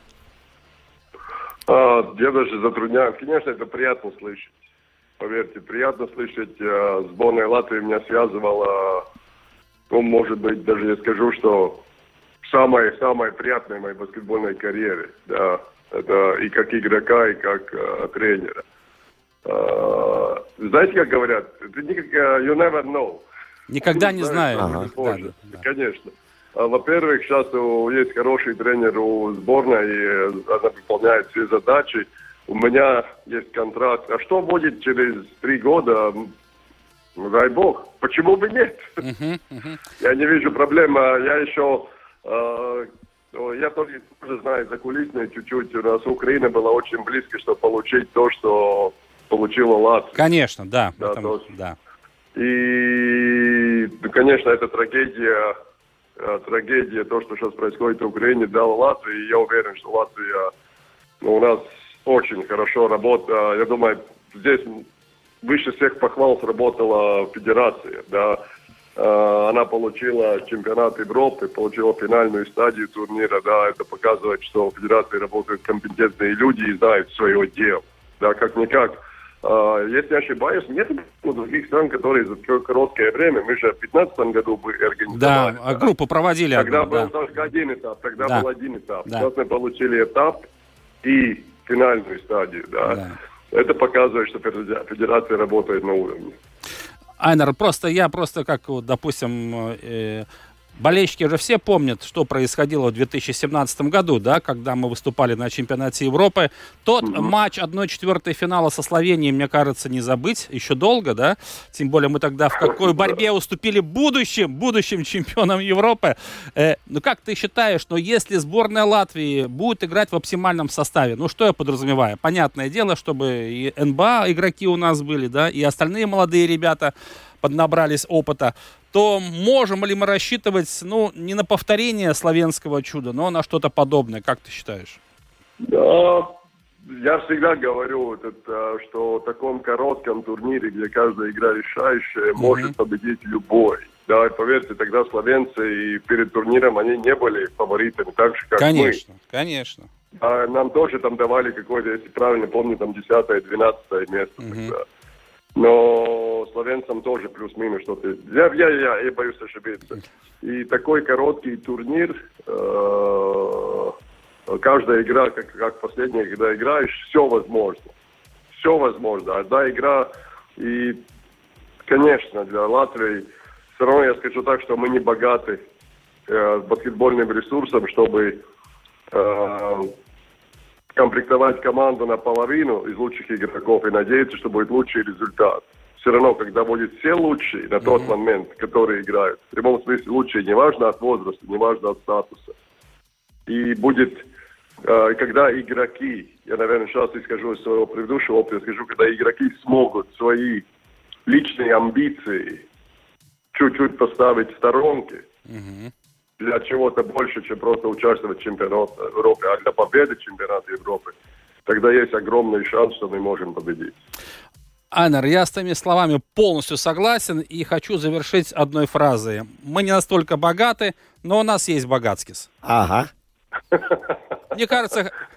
А, я даже затрудняюсь. Конечно, это приятно слышать. Поверьте, приятно слышать. А, сборная Латвии меня связывала... Ну, может быть, даже я скажу, что самое-самое приятное в моей баскетбольной карьере, да, это и как игрока, и как э, тренера. Э, знаете, как говорят? Это никак, you never know. Никогда не знаю. Ага. Да, да, да. Конечно. Во-первых, сейчас есть хороший тренер у сборной, и она выполняет все задачи. У меня есть контракт. А что будет через три года? Ну, дай бог. Почему бы нет? Uh-huh, uh-huh. Я не вижу проблемы. Я еще... Э, я тоже, тоже знаю закулисные чуть-чуть. У нас Украина была очень близко, чтобы получить то, что получила Латвия. Конечно, да. Да, этом, то, да. И, конечно, это трагедия, трагедия, то, что сейчас происходит в Украине, дала Латвии. И я уверен, что Латвия ну, у нас очень хорошо работает. Я думаю, здесь... Выше всех похвал сработала федерация, да. Она получила чемпионат Европы, получила финальную стадию турнира, да. Это показывает, что в федерации работают компетентные люди и знают свое дело, да, как-никак. Если не ошибаюсь, нет других стран, которые за такое короткое время, мы же в две тысячи пятнадцатом году бы организовали. Да, да. группу проводили. Тогда одну, был да. только один этап, тогда да. был один этап. Да. Сейчас мы получили этап и финальную стадию, да. да. Это показывает, что федерация работает на уровне. Айнер, просто я просто как, вот, допустим, э, болельщики же все помнят, что происходило в две тысячи семнадцатом году, да, когда мы выступали на чемпионате Европы. Тот mm-hmm. матч одной четвертой финала со Словенией, мне кажется, не забыть еще долго, да. Тем более мы тогда в какой борьбе уступили будущим, будущим чемпионам Европы. Э, ну как ты считаешь, но если сборная Латвии будет играть в оптимальном составе, ну что я подразумеваю? Понятное дело, чтобы и эн бэ а игроки у нас были, да, и остальные молодые ребята поднабрались опыта, то можем ли мы рассчитывать, ну, не на повторение славянского чуда, но на что-то подобное, как ты считаешь? Да, я всегда говорю, это, что в таком коротком турнире, где каждая игра решающая, mm-hmm. может победить любой. Да, и поверьте, тогда словенцы и перед турниром они не были фаворитами, так же, как конечно, мы. Конечно, конечно. А нам тоже там давали какое-то, если правильно помню, там десятое-двенадцатое место mm-hmm. тогда. Но словенцам тоже плюс-минус что-то. Я, я, я, я боюсь ошибиться. И такой короткий турнир, э, каждая игра, как, как последняя, когда играешь, все возможно. Все возможно. Одна игра, и, конечно, для Латвии, все равно я скажу так, что мы не богаты э, баскетбольным ресурсом, чтобы... Э, комплектовать команду наполовину из лучших игроков и надеяться, что будет лучший результат. Все равно, когда будет все лучшие на тот mm-hmm. момент, которые играют, в прямом смысле лучшие, неважно от возраста, неважно от статуса. И будет, э, когда игроки, я, наверное, сейчас и скажу из своего предыдущего опыта, скажу, когда игроки смогут свои личные амбиции чуть-чуть поставить в сторонке, mm-hmm. для чего-то больше, чем просто участвовать в чемпионате Европы, а для победы в чемпионате Европы, тогда есть огромный шанс, что мы можем победить. Айнер, я с твоими словами полностью согласен и хочу завершить одной фразой. Мы не настолько богаты, но у нас есть Багацкис. Ага. Мне кажется,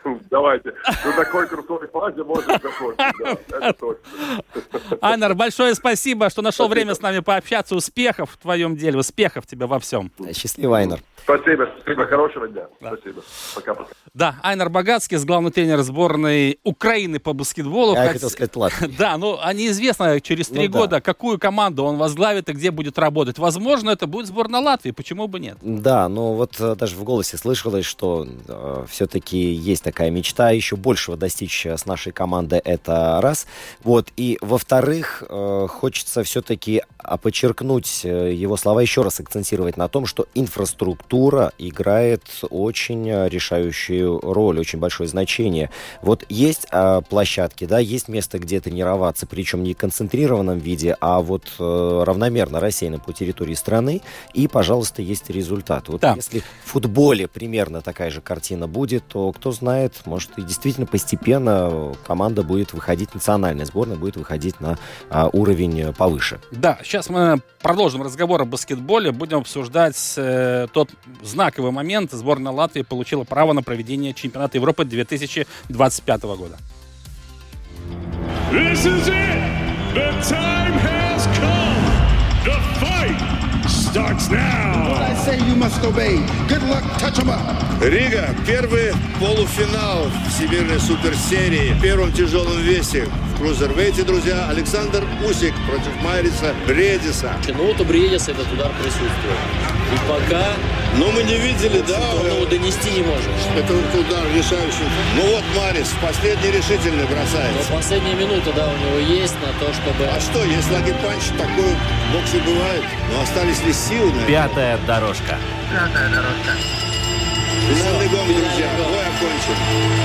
Давайте. На такой крутой фазе можно закончить. Да, это точно. Айнар, большое спасибо, что нашел спасибо. время с нами пообщаться. Успехов в твоем деле, успехов тебе во всем. Счастливо, Айнар. Спасибо, спасибо, хорошего дня. Да. Спасибо. Пока-пока. Да, Айнар Багацкий, главный тренер сборной Украины по баскетболу. Я Хот... хотел сказать Латвии. Да, ну, а неизвестно через три ну, года, да. какую команду он возглавит и где будет работать. Возможно, это будет сборная Латвии, почему бы нет? Да, но вот даже в голосе слышалось, что э, все-таки есть такая мечта еще большего достичь с нашей командой, это раз. Вот, и во-вторых, э, хочется все-таки подчеркнуть его слова, еще раз акцентировать на том, что инфраструктура играет очень решающую роль, очень большое значение. Вот есть э, площадки, да, есть место, где тренироваться, причем не в концентрированном виде, а вот э, равномерно рассеяно по территории страны, и, пожалуйста, есть результат. Вот да. Если в футболе примерно такая же картина будет, то, кто знает, может, и действительно постепенно команда будет выходить, национальная сборная будет выходить на а, уровень повыше. Да, сейчас мы продолжим разговор о баскетболе, будем обсуждать э, тот знаковый момент. Сборная Латвии получила право на проведение чемпионата Европы две тысячи двадцать пятого года. This is it. The time has come. The fight starts now. What I say you must obey. Good luck, touch 'em up. Рига. Первый полуфинал Всемирной суперсерии в первом тяжелом весе. В крузервейте, друзья, Александр Усик против Майриса Бредиса. Ну вот у Бредиса этот удар присутствует. И пока... Но мы не видели, да? Ну, донести не можешь. Это удар решающий. Ну вот Марис последний решительный бросается. Но последняя минута, да, у него есть на то, чтобы... А что, если лаги-панч, такой в боксе бывает. Но остались ли силы на это? Пятая дорожка. Пятая дорожка. Финальный гонг, друзья. Бой окончен.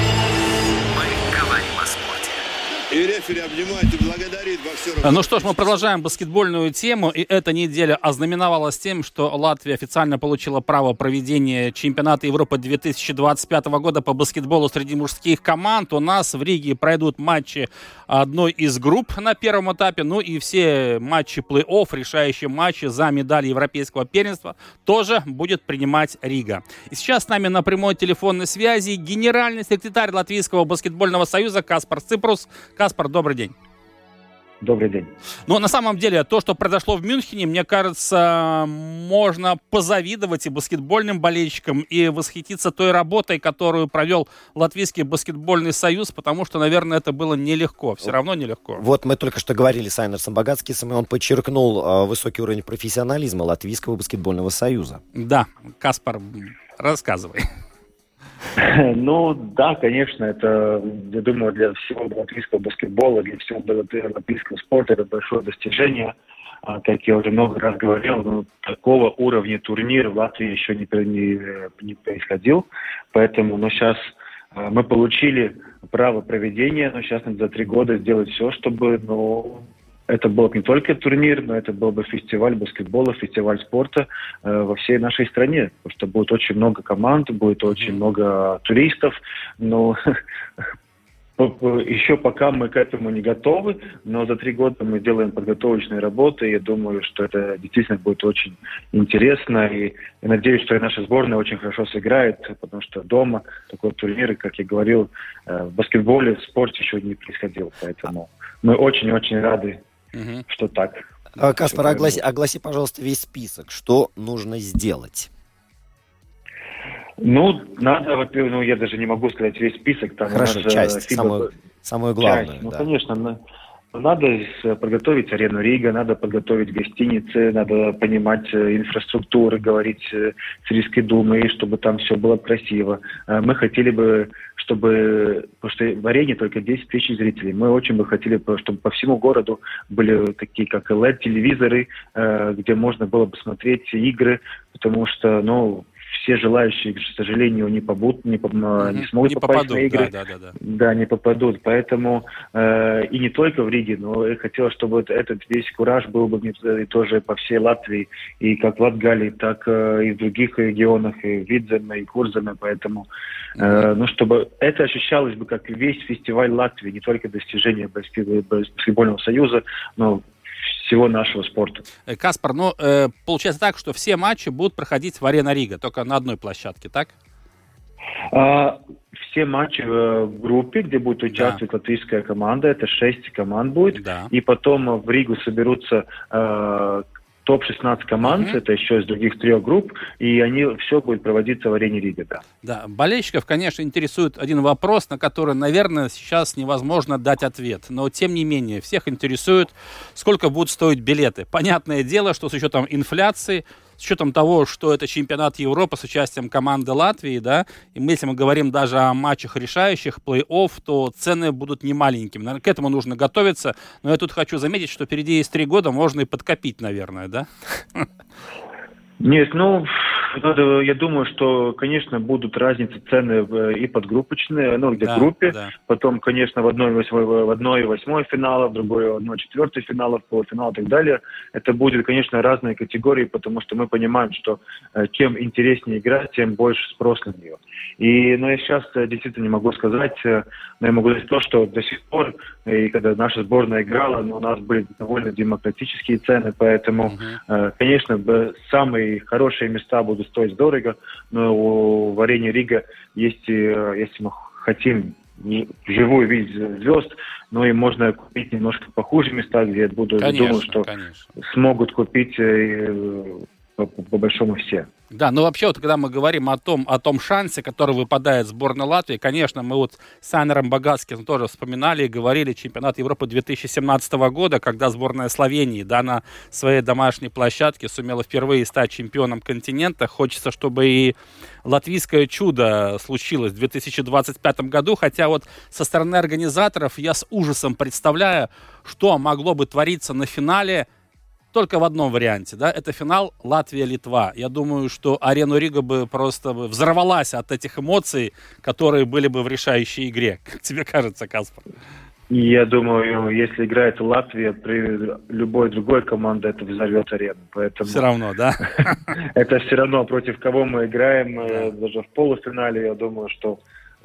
Мы говорим о спорте. И рефери обнимает и благодарит боксеров. Ну что ж, мы продолжаем баскетбольную тему. И эта неделя ознаменовалась тем, что Латвия официально получила право проведения чемпионата Европы две тысячи двадцать пятого года по баскетболу среди мужских команд. У нас в Риге пройдут матчи одной из групп на первом этапе. Ну и все матчи плей-офф, решающие матчи за медали европейского первенства тоже будет принимать Рига. И сейчас с нами на прямой телефонной связи генеральный секретарь Латвийского баскетбольного союза Каспар Ципрус. Каспар, добрый день. Добрый день. Но на самом деле то, что произошло в Мюнхене, мне кажется, можно позавидовать и баскетбольным болельщикам, и восхититься той работой, которую провел Латвийский баскетбольный союз, потому что, наверное, это было нелегко, все равно нелегко. Вот мы только что говорили с Айнарсом Багацкисом, и он подчеркнул э, высокий уровень профессионализма Латвийского баскетбольного союза. Да, Каспар, рассказывай. Ну, да, конечно, это, я думаю, для всего латвийского баскетбола, для всего латвийского спорта это большое достижение. Как я уже много раз говорил, ну, такого уровня турнира в Латвии еще не, не, не происходил. Поэтому, ну, сейчас мы получили право проведения, но сейчас надо за три года сделать все, чтобы, ну, это был не только турнир, но это был бы фестиваль баскетбола, фестиваль спорта э, во всей нашей стране. Потому что будет очень много команд, будет очень много туристов. Но еще пока мы к этому не готовы, но за три года мы делаем подготовочные работы. И я думаю, что это действительно будет очень интересно. И я надеюсь, что и наша сборная очень хорошо сыграет, потому что дома такой турнир, как я говорил, э, в баскетболе, в спорте еще не происходил. Поэтому мы очень-очень рады, Угу. что так. Каспар, огласи, огласи, пожалуйста, весь список. Что нужно сделать? Ну, надо, во-первых, ну, я даже не могу сказать весь список. Там Хорошо, часть, фибо... самую, самую главную. Часть. Ну, да. конечно, надо подготовить арену Рига, надо подготовить гостиницы, надо понимать инфраструктуру, говорить с Рижской думой, чтобы там все было красиво. Мы хотели бы, чтобы, потому что в арене только десять тысяч зрителей, мы очень бы хотели, чтобы по всему городу были такие, как эл и ди-телевизоры, где можно было бы смотреть игры, потому что, ну, все желающие, к сожалению, не, побудут, не, mm-hmm. не смогут не попасть попадут, на игры. Да, да, да, да. да, не попадут. Поэтому э, и не только в Риге, но я хотел, чтобы этот весь кураж был бы и тоже по всей Латвии, и как в Латгалии, так э, и в других регионах, и в Видземе, и Курземе. Поэтому, э, mm-hmm. ну, чтобы это ощущалось бы как весь фестиваль Латвии, не только достижения баскетбольного союза, но всего нашего спорта. Каспар, ну, э, получается так, что все матчи будут проходить в Арена Рига, только на одной площадке, так? А, все матчи в группе, где будет участвовать да. латвийская команда, это шесть команд будет. Да. И потом в Ригу соберутся э, топ шестнадцать команд, uh-huh. это еще из других трех групп, и они все будет проводиться в арене Рига. Да. Да, болельщиков, конечно, интересует один вопрос, на который, наверное, сейчас невозможно дать ответ. Но, тем не менее, всех интересует, сколько будут стоить билеты. Понятное дело, что с учетом инфляции, с учетом того, что это чемпионат Европы с участием команды Латвии, да, и мы, если мы говорим даже о матчах решающих, плей-офф, то цены будут немаленькими. Наверное, к этому нужно готовиться. Но я тут хочу заметить, что впереди есть три года, можно и подкопить, наверное, да? Нет, ну, я думаю, что, конечно, будут разницы цены и подгруппочные, ну, где да, в группе. Да. Потом, конечно, в одной восьмой, в одной восьмой финала, в другой в одной четвертой финала, в полуфинал и так далее. Это будет, конечно, разные категории, потому что мы понимаем, что чем интереснее игра, тем больше спрос на нее. И, но я сейчас действительно не могу сказать, но я могу сказать то, что до сих пор, и когда наша сборная играла, у нас были довольно демократические цены, поэтому, uh-huh. конечно, самые хорошие места будут стоить дорого, но в арене Рига есть, если мы хотим не вживую видеть звезд, но и можно купить немножко похуже места, где я буду, конечно, думаю, что конечно. Смогут купить по, по большому все. Да, ну вообще, вот когда мы говорим о том, о том шансе, который выпадает сборной Латвии, конечно, мы вот с Айнером Багацким тоже вспоминали и говорили чемпионат Европы две тысячи семнадцатого года, когда сборная Словении, да, на своей домашней площадке сумела впервые стать чемпионом континента. Хочется, чтобы и латвийское чудо случилось в две тысячи двадцать пятом году, хотя вот со стороны организаторов я с ужасом представляю, что могло бы твориться на финале. Только в одном варианте, да, это финал Латвия-Литва. Я думаю, что арену Рига бы просто взорвалась от этих эмоций, которые были бы в решающей игре. Как тебе кажется, Каспар? Я думаю, если играет Латвия, при любой другой команде это взорвет арену. Поэтому все равно, да? Это все равно, против кого мы играем, даже в полуфинале, я думаю, что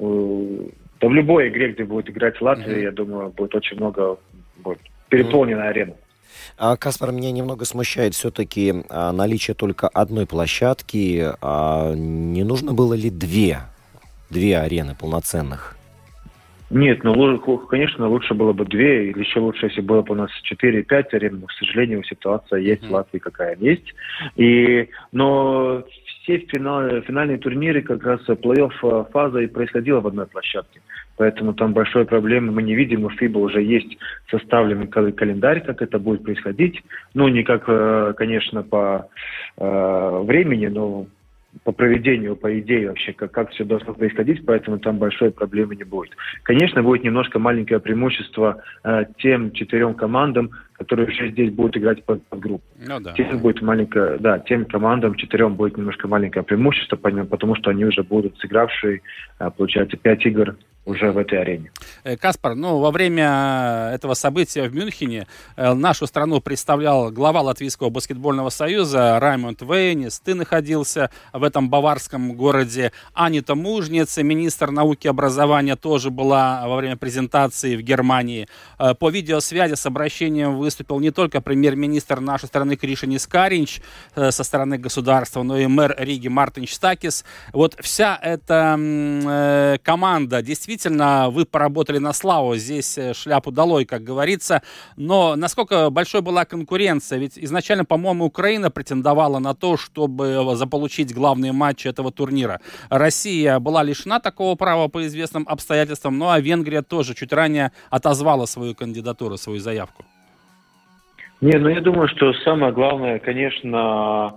в любой игре, где будет играть Латвия, я думаю, будет очень много переполнена арена. А, Каспар, меня немного смущает все-таки а, наличие только одной площадки. А, не нужно было ли две, две арены полноценных? Нет, ну, конечно, лучше было бы две, или еще лучше, если было бы у нас четыре-пять арен, но, к сожалению, ситуация есть mm-hmm. в Латвии, какая есть. И, но все финал, финальные турниры, как раз плей-офф фаза и происходила в одной площадке. Поэтому там большой проблемы мы не видим. У ФИБА уже есть составленный календарь, как это будет происходить. Ну, не как, конечно, по э, времени, но по проведению, по идее вообще, как, как все должно происходить, поэтому там большой проблемы не будет. Конечно, будет немножко маленькое преимущество э, тем четырем командам, которые уже здесь будут играть под, под группу. Ну, да. Тем будет маленькое, да, тем командам четырем будет немножко маленькое преимущество, потому что они уже будут сыгравшие, э, получается, пять игр уже в этой арене. Каспар, ну, во время этого события в Мюнхене нашу страну представлял глава Латвийского баскетбольного союза Раймонд Вейнис. Ты находился в этом баварском городе. Анита Мужниц, министр науки и образования, тоже была во время презентации в Германии. По видеосвязи с обращением выступил не только премьер-министр нашей страны Кришинис Каринч со стороны государства, но и мэр Риги Мартинš Stakis. Вот вся эта э, команда действительно Действительно, вы поработали на славу, здесь шляпу долой, как говорится, но насколько большой была конкуренция? Ведь изначально, по-моему, Украина претендовала на то, чтобы заполучить главные матчи этого турнира. Россия была лишена такого права по известным обстоятельствам, ну а Венгрия тоже чуть ранее отозвала свою кандидатуру, свою заявку. Не, ну я думаю, что самое главное, конечно,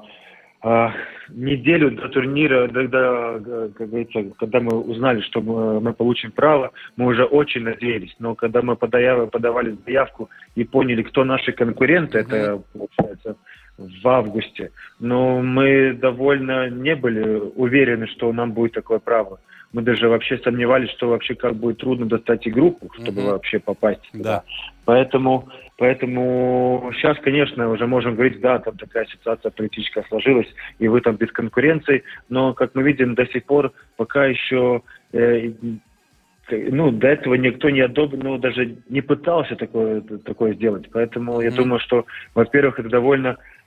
неделю до турнира, когда, как говорится, когда мы узнали, что мы, мы получим право, мы уже очень надеялись. Но когда мы подавали, подавали заявку и поняли, кто наши конкуренты, mm-hmm. это, получается, в августе, но мы довольно не были уверены, что нам будет такое право. Мы даже вообще сомневались, что вообще как будет трудно достать и группу, чтобы mm-hmm. вообще попасть туда. Да. Поэтому, поэтому сейчас, конечно, уже можем говорить, да, там такая ситуация политическая сложилась, и вы там без конкуренции, но, как мы видим, до сих пор пока еще, э, ну, до этого никто не одобрил, ну, даже не пытался такое, такое сделать. Поэтому mm-hmm. я думаю, что, во-первых, это довольно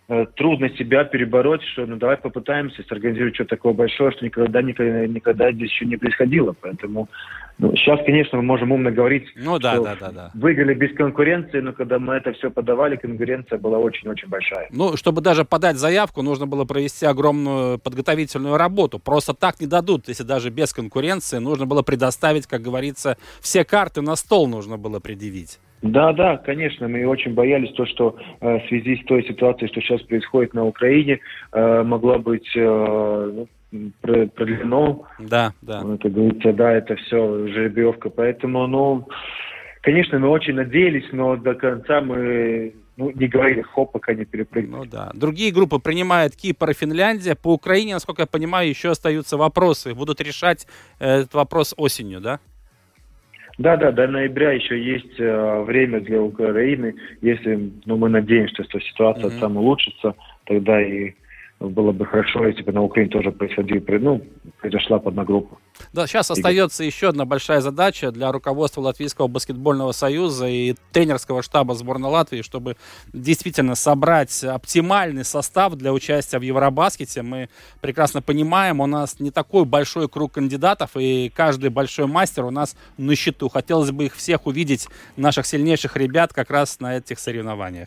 э, трудно себя перебороть, что ну давай попытаемся сорганизовать что-то такое большое, что никогда, никогда, никогда здесь еще не происходило. Поэтому ну, сейчас, конечно, мы можем умно говорить, ну, да, что да, да, да. выиграли без конкуренции, но когда мы это все подавали, конкуренция была очень-очень большая. Ну, чтобы даже подать заявку, нужно было провести огромную подготовительную работу. Просто так не дадут, если даже без конкуренции. Нужно было предоставить, как говорится, все карты на стол нужно было предъявить. Да, да, конечно, мы очень боялись то, что э, в связи с той ситуацией, что сейчас происходит на Украине, э, могла быть э, продлено. Да, да. Как говорится, да, это все жеребьевка. Поэтому, ну, конечно, мы очень надеялись, но до конца мы ну, не говорили, хоп, пока не перепрыгнули. Ну да. Другие группы принимают Кипр и Финляндия. По Украине, насколько я понимаю, еще остаются вопросы. Будут решать этот вопрос осенью, да? Да, да, до ноября еще есть э, время для Украины. Если, ну, мы надеемся, что ситуация mm-hmm. там улучшится, тогда и было бы хорошо, если бы на Украине тоже происходила, ну, произошла по одна группа. Да, сейчас остается еще одна большая задача для руководства Латвийского баскетбольного союза и тренерского штаба сборной Латвии, чтобы действительно собрать оптимальный состав для участия в Евробаскете. Мы прекрасно понимаем, у нас не такой большой круг кандидатов, и каждый большой мастер у нас на счету. Хотелось бы их всех увидеть, наших сильнейших ребят, как раз на этих соревнованиях.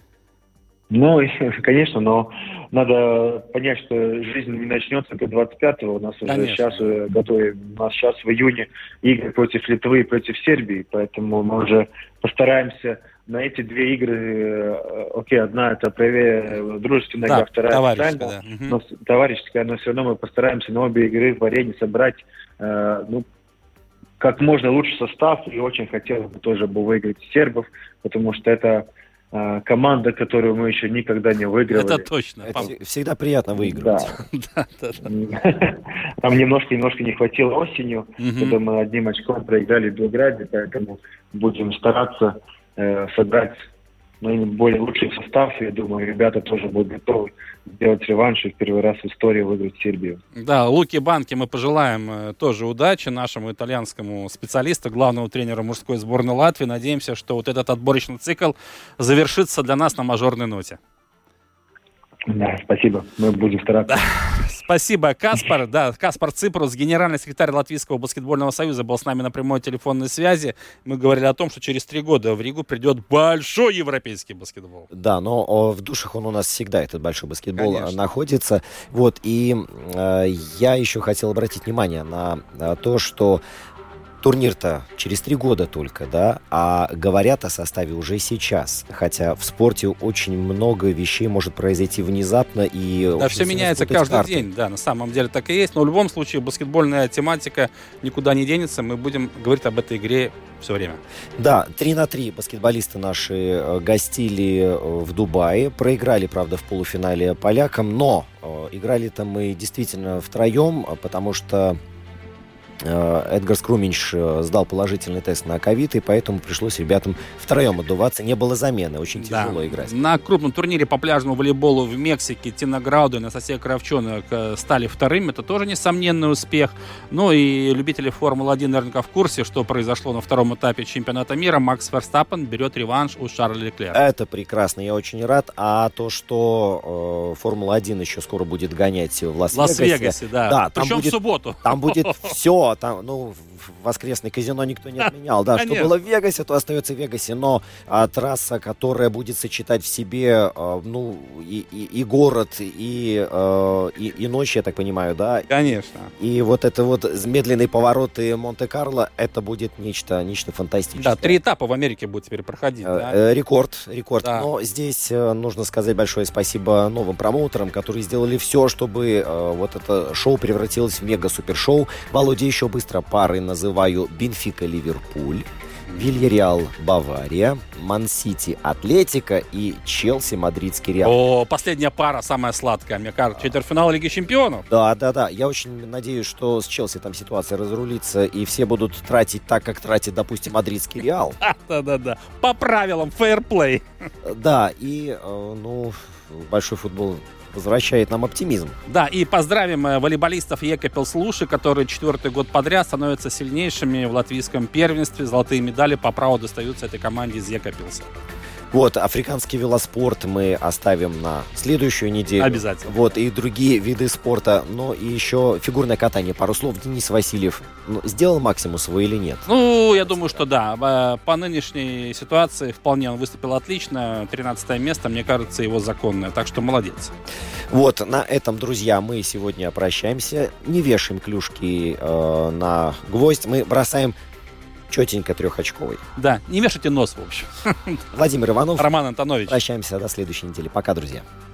Ну, конечно, но надо понять, что жизнь не начнется до двадцать пятого. У нас уже конечно. сейчас готовим, у нас сейчас в июне игры против Литвы и против Сербии, поэтому мы уже постараемся на эти две игры, окей, одна это правее дружественная, да, вторая товарищеская, да. но, товарищеская, но все равно мы постараемся на обе игры в арене собрать, э, ну, как можно лучше состав, и очень хотелось бы тоже бы выиграть сербов, потому что это команда, которую мы еще никогда не выигрывали. Это точно. Это всегда приятно выигрывать. Да. Там немножко-немножко не хватило осенью, когда мы одним очком проиграли в Белграде, поэтому будем стараться э, собрать ну, более лучший состав. Я думаю, ребята тоже будут готовы сделать реванш и в первый раз в истории выиграть Сербию. Да, Луки Банки мы пожелаем тоже удачи нашему итальянскому специалисту, главному тренеру мужской сборной Латвии. Надеемся, что вот этот отборочный цикл завершится для нас на мажорной ноте. Да, спасибо. Мы будем стараться. Да. Спасибо, Каспар. Да, Каспар Ципрус, генеральный секретарь Латвийского баскетбольного союза, был с нами на прямой телефонной связи. Мы говорили о том, что через три года в Ригу придет большой европейский баскетбол. Да, но в душах он у нас всегда, этот большой баскетбол, конечно, находится. Вот, и э, я еще хотел обратить внимание на, на то, что турнир-то через три года только, да, а говорят о составе уже сейчас. Хотя в спорте очень много вещей может произойти внезапно. И да, все меняется каждый карты. день, да, на самом деле так и есть. Но в любом случае баскетбольная тематика никуда не денется. Мы будем говорить об этой игре все время. Да, три на три баскетболисты наши гостили в Дубае. Проиграли, правда, в полуфинале полякам, но играли-то мы действительно втроем, потому что Эдгар Скруминч сдал положительный тест на ковид, и поэтому пришлось ребятам втроем отдуваться. Не было замены, очень тяжело да. играть. На крупном турнире по пляжному волейболу в Мексике Тина Грауду и Анастасия Кравченок стали вторыми. Это тоже несомненный успех. Ну и любители Формулы-один наверняка в курсе, что произошло на втором этапе чемпионата мира. Макс Ферстаппен берет реванш у Шарля Леклера. Это прекрасно, я очень рад. А то, что э, Формула-один еще скоро будет гонять в Лас-Вегасе. Лас-Вегасе, да. да Причем будет, в субботу. Там будет все. Там, ну, воскресное казино никто не отменял. Да, Конечно. Что было в Вегасе, то остается в Вегасе. Но а, трасса, которая будет сочетать в себе а, ну, и, и, и город, и, а, и, и ночь, я так понимаю, да? Конечно. И вот это вот медленные повороты Монте-Карло, это будет нечто, нечто фантастическое. Да, три этапа в Америке будет теперь проходить. А, да? Рекорд, рекорд. Да. Но здесь нужно сказать большое спасибо новым промоутерам, которые сделали все, чтобы а, вот это шоу превратилось в мега-супершоу. Володя, еще быстро пары называю: Бенфика-Ливерпуль, Вильяреал-Бавария, Ман-Сити Атлетика и Челси-Мадридский Реал. О, последняя пара самая сладкая, мне кажется, четвертьфинал Лиги Чемпионов. Да, да, да. Я очень надеюсь, что с Челси там ситуация разрулится, и все будут тратить так, как тратит, допустим, Мадридский Реал. Да, да, да. По правилам, фейерплей. Да, и, ну, большой футбол возвращает нам оптимизм. Да, и поздравим волейболистов Екапилс Луши, которые четвертый год подряд становятся сильнейшими в латвийском первенстве. Золотые медали по праву достаются этой команде из Екапилса. Вот, африканский велоспорт мы оставим на следующую неделю. Обязательно. Вот, и другие виды спорта. Ну, и еще фигурное катание. Пару слов. Денис Васильев ну, сделал максимум свой или нет? Ну, я думаю, что да. По нынешней ситуации вполне он выступил отлично. тринадцатое место, мне кажется, его законное. Так что молодец. Вот, на этом, друзья, мы сегодня прощаемся. Не вешаем клюшки э, на гвоздь. Мы бросаем четенько трехочковый. Да, не вешайте нос, в общем. Владимир Иванов. Роман Антонович. Прощаемся до следующей недели. Пока, друзья.